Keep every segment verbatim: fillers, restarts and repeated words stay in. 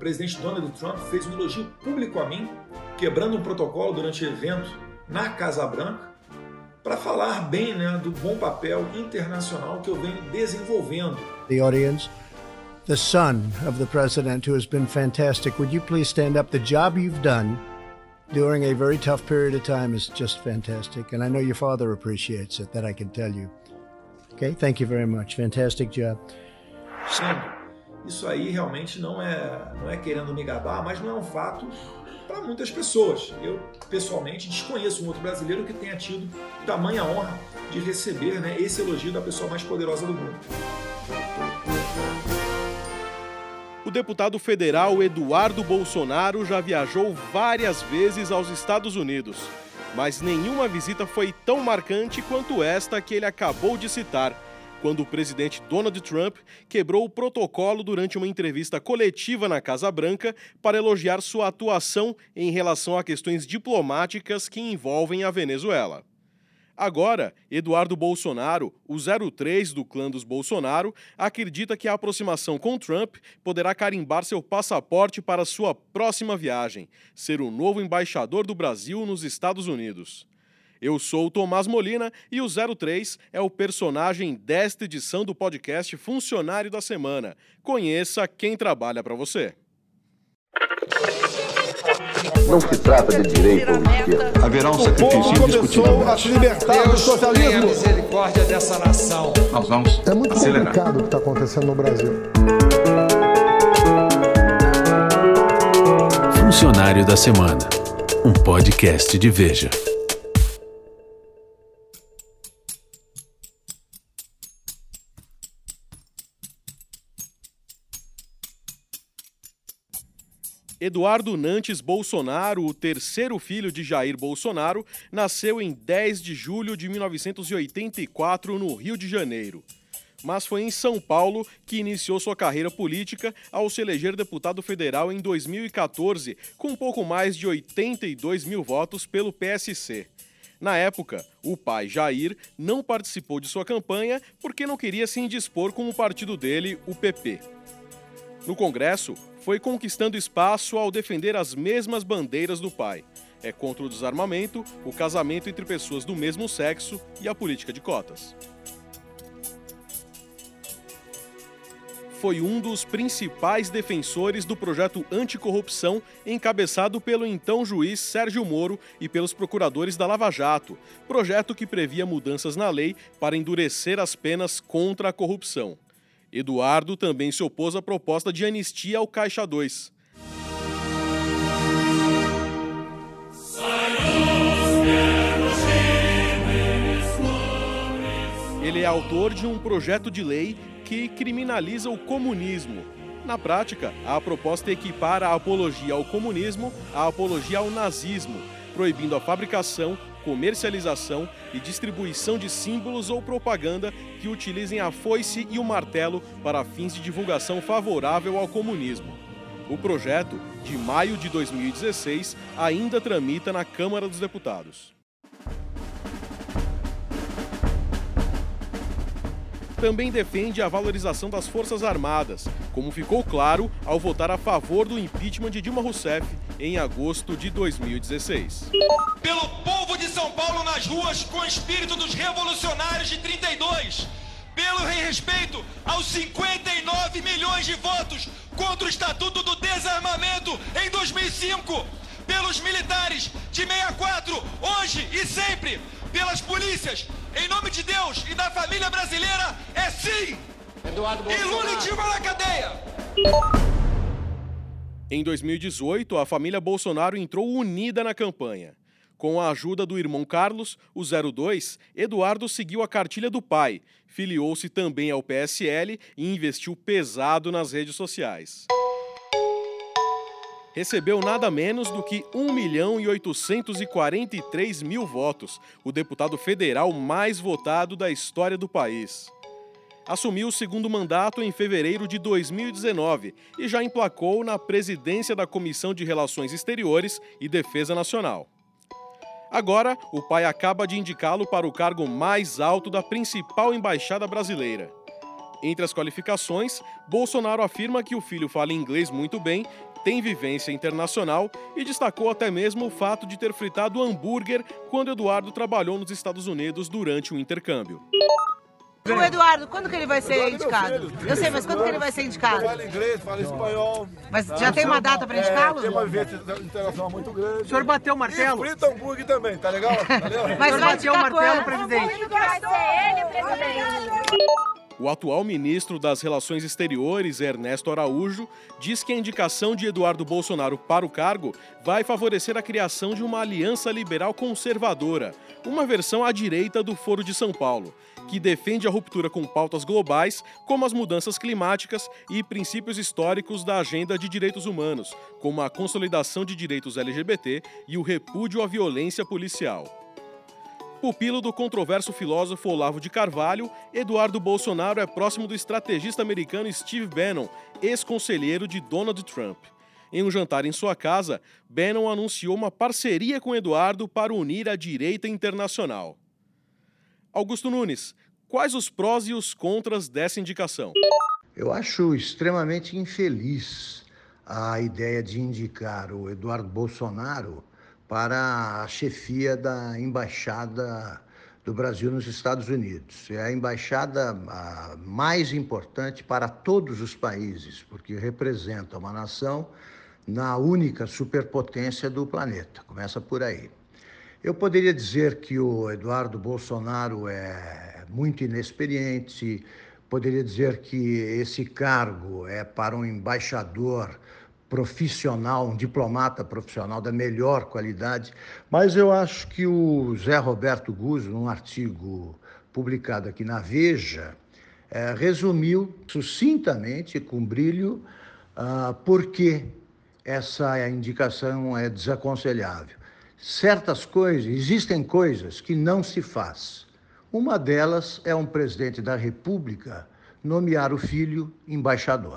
presidente Donald Trump fez um elogio público a mim, quebrando um protocolo durante o evento na Casa Branca, para falar bem, né, do bom papel internacional que eu venho desenvolvendo. The audience, the son of the president who has been fantastic. Would you please stand up? The job you've done during a very tough period of time is just fantastic. And I know your father appreciates it, that I can tell you. Okay, thank you very much. Fantastic job. Sim, isso aí realmente não é, não é querendo me gabar, mas não é um fato para muitas pessoas. Eu, pessoalmente, desconheço um outro brasileiro que tenha tido tamanha honra de receber, né, esse elogio da pessoa mais poderosa do mundo. O deputado federal Eduardo Bolsonaro já viajou várias vezes aos Estados Unidos, mas nenhuma visita foi tão marcante quanto esta que ele acabou de citar, quando o presidente Donald Trump quebrou o protocolo durante uma entrevista coletiva na Casa Branca para elogiar sua atuação em relação a questões diplomáticas que envolvem a Venezuela. Agora, Eduardo Bolsonaro, o zero três do clã dos Bolsonaro, acredita que a aproximação com Trump poderá carimbar seu passaporte para sua próxima viagem, ser o novo embaixador do Brasil nos Estados Unidos. Eu sou o Tomás Molina e o zero três é o personagem desta edição do podcast Funcionário da Semana. Conheça quem trabalha para você. Não se trata de direita ou de esquerda. Haverá um sacrifício começou a se libertar do socialismo. Tenha misericórdia dessa nação. Nós vamos É muito acelerar. complicado o que está acontecendo no Brasil. Funcionário da Semana, um podcast de Veja. Eduardo Nantes Bolsonaro, o terceiro filho de Jair Bolsonaro, nasceu em dez de julho de mil novecentos e oitenta e quatro no Rio de Janeiro. Mas foi em São Paulo que iniciou sua carreira política ao se eleger deputado federal em dois mil e quatorze, com um pouco mais de oitenta e dois mil votos pelo P S C. Na época, o pai, Jair, não participou de sua campanha porque não queria se indispor com o partido dele, o P P. No Congresso, foi conquistando espaço ao defender as mesmas bandeiras do pai. É contra o desarmamento, o casamento entre pessoas do mesmo sexo e a política de cotas. Foi um dos principais defensores do projeto anticorrupção encabeçado pelo então juiz Sérgio Moro e pelos procuradores da Lava Jato, projeto que previa mudanças na lei para endurecer as penas contra a corrupção. Eduardo também se opôs à proposta de anistia ao Caixa dois. Ele é autor de um projeto de lei que criminaliza o comunismo. Na prática, a proposta equipara a apologia ao comunismo à apologia ao nazismo, proibindo a fabricação, comercialização e distribuição de símbolos ou propaganda que utilizem a foice e o martelo para fins de divulgação favorável ao comunismo. O projeto, de maio de dois mil e dezesseis, ainda tramita na Câmara dos Deputados. Também defende a valorização das Forças Armadas, como ficou claro ao votar a favor do impeachment de Dilma Rousseff em agosto de dois mil e dezesseis. Pelo povo de São Paulo nas ruas com o espírito dos revolucionários de trinta e dois, pelo respeito aos cinquenta e nove milhões de votos contra o Estatuto do Desarmamento em dois mil e cinco, pelos militares de sessenta e quatro, hoje e sempre, pelas polícias, em nome de Deus e da família brasileira, é sim! Eduardo Bolsonaro. E Lula e Dilma na cadeia! Em dois mil e dezoito, a família Bolsonaro entrou unida na campanha. Com a ajuda do irmão Carlos, o zero dois, Eduardo seguiu a cartilha do pai, filiou-se também ao P S L e investiu pesado nas redes sociais. Recebeu nada menos do que um milhão e oitocentos e quarenta e três mil votos, o deputado federal mais votado da história do país. Assumiu o segundo mandato em fevereiro de dois mil e dezenove e já emplacou na presidência da Comissão de Relações Exteriores e Defesa Nacional. Agora, o pai acaba de indicá-lo para o cargo mais alto da principal embaixada brasileira. Entre as qualificações, Bolsonaro afirma que o filho fala inglês muito bem tem vivência internacional e destacou até mesmo o fato de ter fritado hambúrguer quando Eduardo trabalhou nos Estados Unidos durante um intercâmbio. O Eduardo, quando que ele vai ser indicado? Eu sei, mas quando que ele vai ser indicado? Fala inglês, fala espanhol. Mas já tem uma data para indicá-lo? É, tem uma vivência internacional muito grande. O senhor bateu o martelo? E frita hambúrguer também, tá legal? Valeu? Mas vai bateu o martelo, presidente. Vai ser ele, presidente. O atual ministro das Relações Exteriores, Ernesto Araújo, diz que a indicação de Eduardo Bolsonaro para o cargo vai favorecer a criação de uma aliança liberal conservadora, uma versão à direita do Foro de São Paulo, que defende a ruptura com pautas globais como as mudanças climáticas e princípios históricos da agenda de direitos humanos, como a consolidação de direitos L G B T e o repúdio à violência policial. Pupilo do controverso filósofo Olavo de Carvalho, Eduardo Bolsonaro é próximo do estrategista americano Steve Bannon, ex-conselheiro de Donald Trump. Em um jantar em sua casa, Bannon anunciou uma parceria com Eduardo para unir a direita internacional. Augusto Nunes, quais os prós e os contras dessa indicação? Eu acho extremamente infeliz a ideia de indicar o Eduardo Bolsonaro para a chefia da Embaixada do Brasil nos Estados Unidos. É a embaixada a mais importante para todos os países, porque representa uma nação na única superpotência do planeta. Começa por aí. Eu poderia dizer que o Eduardo Bolsonaro é muito inexperiente, poderia dizer que esse cargo é para um embaixador profissional, um diplomata profissional da melhor qualidade, mas eu acho que o Zé Roberto Guzzo, num artigo publicado aqui na Veja, é, resumiu sucintamente, com brilho, uh, por que essa indicação é desaconselhável. Certas coisas, existem coisas que não se faz. Uma delas é um presidente da República nomear o filho embaixador.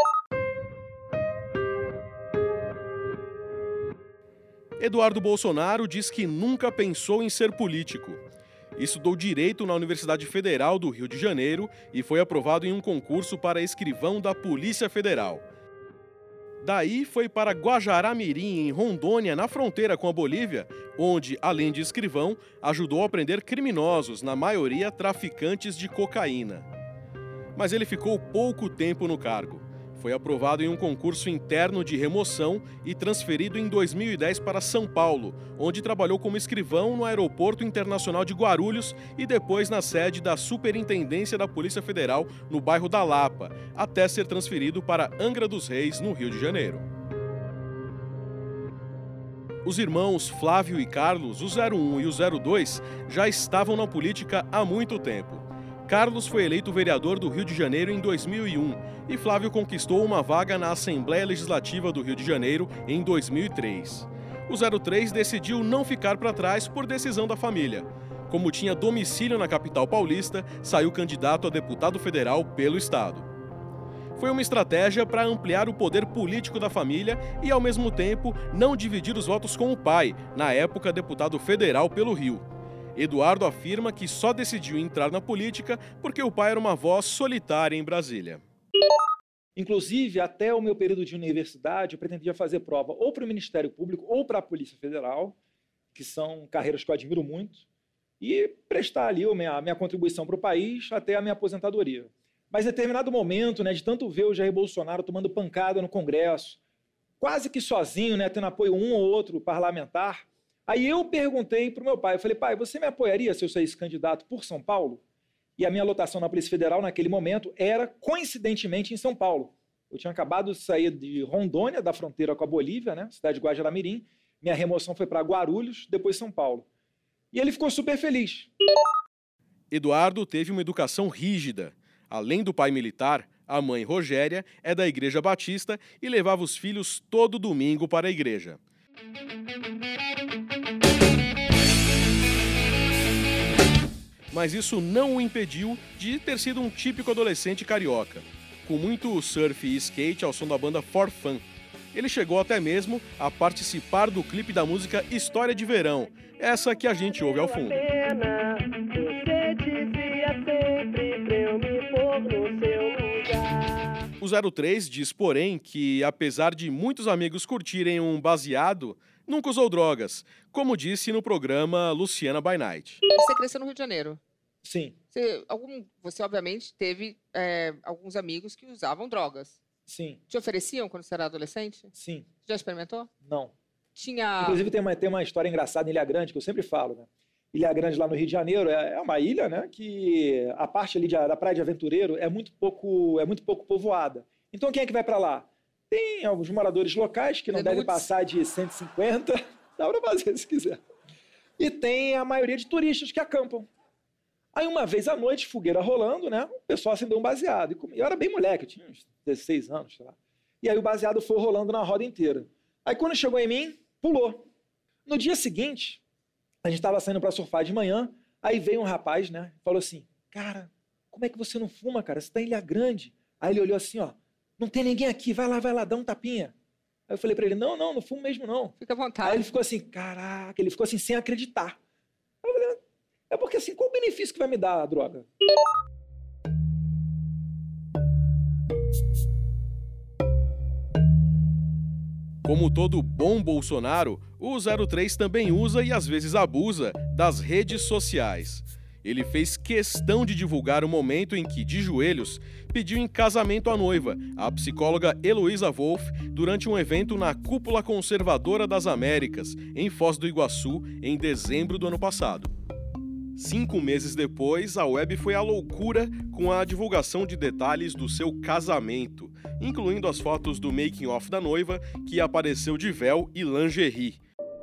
Eduardo Bolsonaro diz que nunca pensou em ser político. Estudou Direito na Universidade Federal do Rio de Janeiro e foi aprovado em um concurso para escrivão da Polícia Federal. Daí foi para Guajará-Mirim, em Rondônia, na fronteira com a Bolívia, onde, além de escrivão, ajudou a prender criminosos, na maioria traficantes de cocaína. Mas ele ficou pouco tempo no cargo. Foi aprovado em um concurso interno de remoção e transferido em dois mil e dez para São Paulo, onde trabalhou como escrivão no Aeroporto Internacional de Guarulhos e depois na sede da Superintendência da Polícia Federal no bairro da Lapa, até ser transferido para Angra dos Reis, no Rio de Janeiro. Os irmãos Flávio e Carlos, o zero um e o zero dois, já estavam na política há muito tempo. Carlos foi eleito vereador do Rio de Janeiro em dois mil e um e Flávio conquistou uma vaga na Assembleia Legislativa do Rio de Janeiro em dois mil e três. O zero três decidiu não ficar para trás por decisão da família. Como tinha domicílio na capital paulista, saiu candidato a deputado federal pelo estado. Foi uma estratégia para ampliar o poder político da família e, ao mesmo tempo, não dividir os votos com o pai, na época deputado federal pelo Rio. Eduardo afirma que só decidiu entrar na política porque o pai era uma voz solitária em Brasília. Inclusive, até o meu período de universidade, eu pretendia fazer prova ou para o Ministério Público ou para a Polícia Federal, que são carreiras que eu admiro muito, e prestar ali a minha, a minha contribuição para o país até a minha aposentadoria. Mas em determinado momento, né, de tanto ver o Jair Bolsonaro tomando pancada no Congresso, quase que sozinho, né, tendo apoio um ou outro parlamentar, aí eu perguntei para o meu pai, eu falei, pai, você me apoiaria se eu saísse candidato por São Paulo? E a minha lotação na Polícia Federal naquele momento era, coincidentemente, em São Paulo. Eu tinha acabado de sair de Rondônia, da fronteira com a Bolívia, né, cidade de Guajará-Mirim, minha remoção foi para Guarulhos, depois São Paulo. E ele ficou super feliz. Eduardo teve uma educação rígida. Além do pai militar, a mãe Rogéria é da Igreja Batista e levava os filhos todo domingo para a igreja. Mas isso não o impediu de ter sido um típico adolescente carioca, com muito surf e skate ao som da banda For Fun. Ele chegou até mesmo a participar do clipe da música História de Verão, essa que a gente ouve ao fundo. O zero três diz, porém, que apesar de muitos amigos curtirem um baseado, nunca usou drogas, como disse no programa Luciana by Night. Você cresceu no Rio de Janeiro? Sim. Você, algum, você obviamente, teve é, alguns amigos que usavam drogas. Sim. Te ofereciam quando você era adolescente? Sim. Já experimentou? Não. Tinha... Inclusive, tem uma, tem uma história engraçada em Ilha Grande, que eu sempre falo, né? Ilha Grande, lá no Rio de Janeiro, é, é uma ilha, né? Que a parte ali de, da Praia de Aventureiro é muito pouco, é muito pouco povoada. Então, quem é que vai para lá? Tem alguns moradores locais que não Denudes. devem passar de cento e cinquenta. Dá para fazer, se quiser. E tem a maioria de turistas que acampam. Aí, uma vez à noite, fogueira rolando, né? O pessoal acendeu um baseado. E eu era bem moleque, eu tinha uns dezesseis anos, sei lá. E aí o baseado foi rolando na roda inteira. Aí, quando chegou em mim, pulou. No dia seguinte, a gente estava saindo para surfar de manhã, aí veio um rapaz, né? Falou assim, cara, como é que você não fuma, cara? Você está em Ilha Grande. Aí ele olhou assim, ó, não tem ninguém aqui, vai lá, vai lá, dá um tapinha. Aí eu falei para ele, não, não, não fumo mesmo, não. Fica à vontade. Aí ele ficou assim, caraca, ele ficou assim, sem acreditar. Aí eu falei, é porque assim, qual o benefício que vai me dar a droga? Como todo bom Bolsonaro, o zero três também usa e às vezes abusa das redes sociais. Ele fez questão de divulgar o momento em que, de joelhos, pediu em casamento a noiva, a psicóloga Heloísa Wolff, durante um evento na Cúpula Conservadora das Américas, em Foz do Iguaçu, em dezembro do ano passado. Cinco meses depois, a web foi à loucura com a divulgação de detalhes do seu casamento, incluindo as fotos do making-off da noiva, que apareceu de véu e lingerie.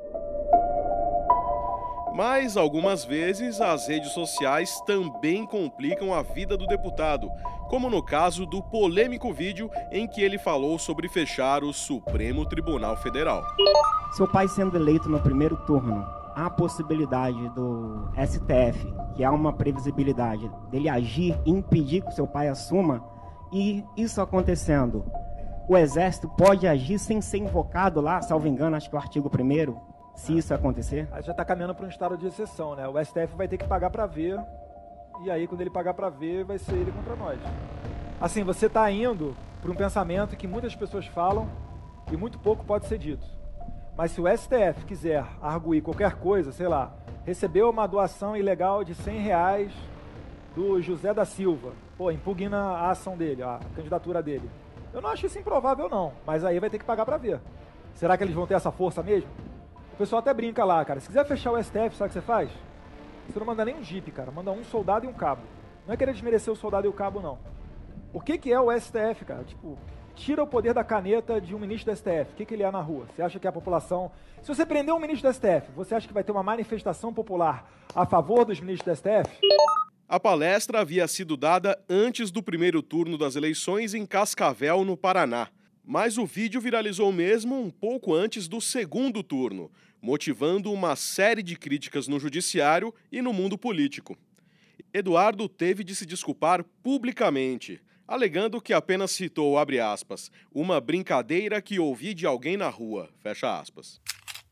Mas, algumas vezes, as redes sociais também complicam a vida do deputado, como no caso do polêmico vídeo em que ele falou sobre fechar o Supremo Tribunal Federal. Seu pai sendo eleito no primeiro turno, há a possibilidade do S T F, que há uma previsibilidade dele agir e impedir que o seu pai assuma, e isso acontecendo, o Exército pode agir sem ser invocado lá, salvo engano, acho que é o artigo primeiro, se isso acontecer? Aí já está caminhando para um estado de exceção, né? O S T F vai ter que pagar para ver, e aí quando ele pagar para ver, vai ser ele contra nós. Assim, você está indo para um pensamento que muitas pessoas falam e muito pouco pode ser dito. Mas se o S T F quiser arguir qualquer coisa, sei lá, recebeu uma doação ilegal de cem reais do José da Silva, pô, impugna a ação dele, a candidatura dele. Eu não acho isso improvável não, mas aí vai ter que pagar para ver. Será que eles vão ter essa força mesmo? O pessoal até brinca lá, cara, se quiser fechar o S T F, sabe o que você faz? Você não manda nem um jipe, cara, manda um soldado e um cabo. Não é querer desmerecer o soldado e o cabo, não. O que que é o S T F, cara? Tipo, tira o poder da caneta de um ministro do S T F. O que que ele é na rua? Você acha que a população... Se você prender um ministro do S T F, você acha que vai ter uma manifestação popular a favor dos ministros do S T F? A palestra havia sido dada antes do primeiro turno das eleições em Cascavel, no Paraná. Mas o vídeo viralizou mesmo um pouco antes do segundo turno, motivando uma série de críticas no judiciário e no mundo político. Eduardo teve de se desculpar publicamente, alegando que apenas citou, abre aspas, uma brincadeira que ouvi de alguém na rua, fecha aspas.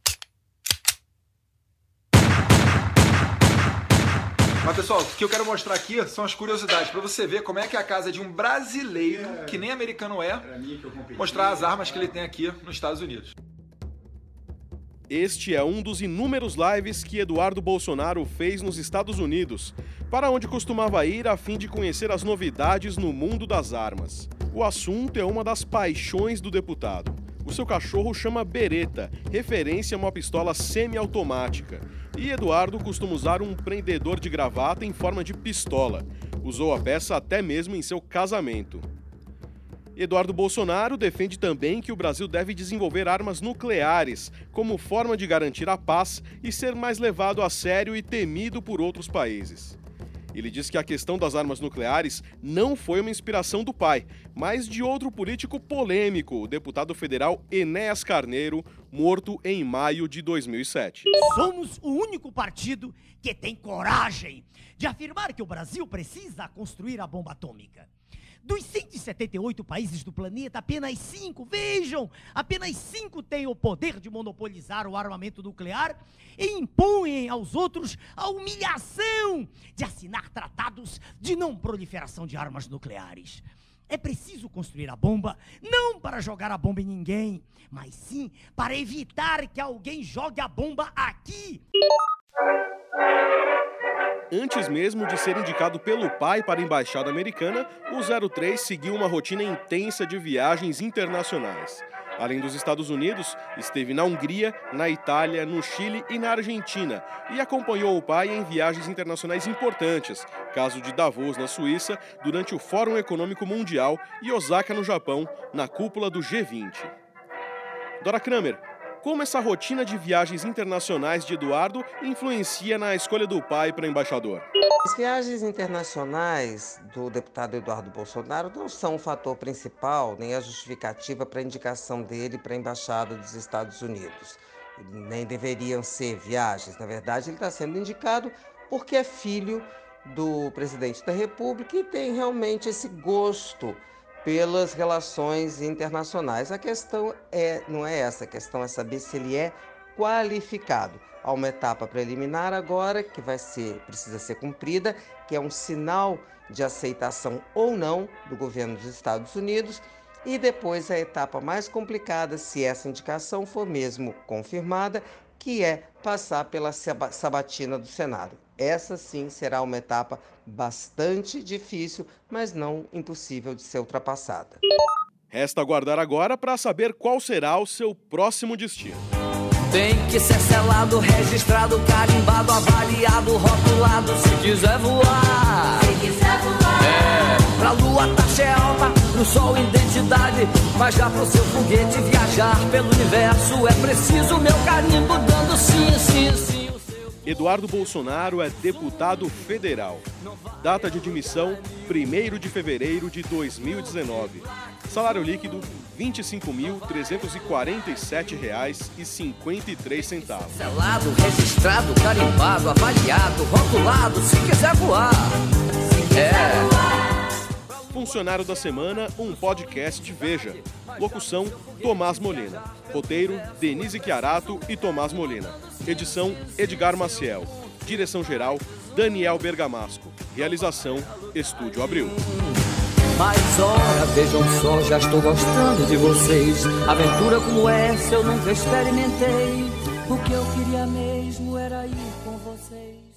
Mas, pessoal, o que eu quero mostrar aqui são as curiosidades, para você ver como é que é a casa de um brasileiro, que nem americano é, mostrar as armas que ele tem aqui nos Estados Unidos. Este é um dos inúmeros lives que Eduardo Bolsonaro fez nos Estados Unidos, para onde costumava ir a fim de conhecer as novidades no mundo das armas. O assunto é uma das paixões do deputado. O seu cachorro chama Beretta, referência a uma pistola semiautomática. E Eduardo costuma usar um prendedor de gravata em forma de pistola. Usou a peça até mesmo em seu casamento. Eduardo Bolsonaro defende também que o Brasil deve desenvolver armas nucleares como forma de garantir a paz e ser mais levado a sério e temido por outros países. Ele diz que a questão das armas nucleares não foi uma inspiração do pai, mas de outro político polêmico, o deputado federal Enéas Carneiro, morto em maio de dois mil e sete. Somos o único partido que tem coragem de afirmar que o Brasil precisa construir a bomba atômica. Dos cento e setenta e oito países do planeta, apenas cinco, vejam, apenas cinco têm o poder de monopolizar o armamento nuclear e impõem aos outros a humilhação de assinar tratados de não proliferação de armas nucleares. É preciso construir a bomba, não para jogar a bomba em ninguém, mas sim para evitar que alguém jogue a bomba aqui. Antes mesmo de ser indicado pelo pai para a Embaixada Americana, o zero três seguiu uma rotina intensa de viagens internacionais. Além dos Estados Unidos, esteve na Hungria, na Itália, no Chile e na Argentina e acompanhou o pai em viagens internacionais importantes, caso de Davos, na Suíça, durante o Fórum Econômico Mundial e Osaka, no Japão, na cúpula do G vinte. Dora Kramer, como essa rotina de viagens internacionais de Eduardo influencia na escolha do pai para embaixador? As viagens internacionais do deputado Eduardo Bolsonaro não são o fator principal, nem a justificativa para a indicação dele para a Embaixada dos Estados Unidos. Nem deveriam ser viagens. Na verdade, ele está sendo indicado porque é filho do presidente da República e tem realmente esse gosto pelas relações internacionais. A questão é, não é essa, a questão é saber se ele é qualificado. Há uma etapa preliminar agora que vai ser, precisa ser cumprida, que é um sinal de aceitação ou não do governo dos Estados Unidos, e depois a etapa mais complicada, se essa indicação for mesmo confirmada, que é passar pela sabatina do Senado. Essa sim será uma etapa bastante difícil, mas não impossível de ser ultrapassada. Resta aguardar agora para saber qual será o seu próximo destino. Tem que ser selado, registrado, carimbado, avaliado, rotulado, se quiser voar. Se quiser voar. É, pra lua taxa é alta, pro sol identidade, mas já pro seu foguete viajar pelo universo é preciso meu carimbo dando sim, sim, sim. Eduardo Bolsonaro é deputado federal. Data de admissão, primeiro de fevereiro de dois mil e dezenove. Salário líquido, vinte e cinco mil trezentos e quarenta e sete reais e cinquenta e três centavos. Selado, registrado, carimbado, avaliado, rotulado, se quiser voar. Se quiser é. voar. Funcionário da Semana, um podcast Veja. Locução, Tomás Molina. Roteiro, Denise Chiarato e Tomás Molina. Edição, Edgar Maciel. Direção-geral, Daniel Bergamasco. Realização, Estúdio Abril. Mas ora, vejam só, já estou gostando de vocês. Aventura como essa eu nunca experimentei. O que eu queria mesmo era ir com vocês.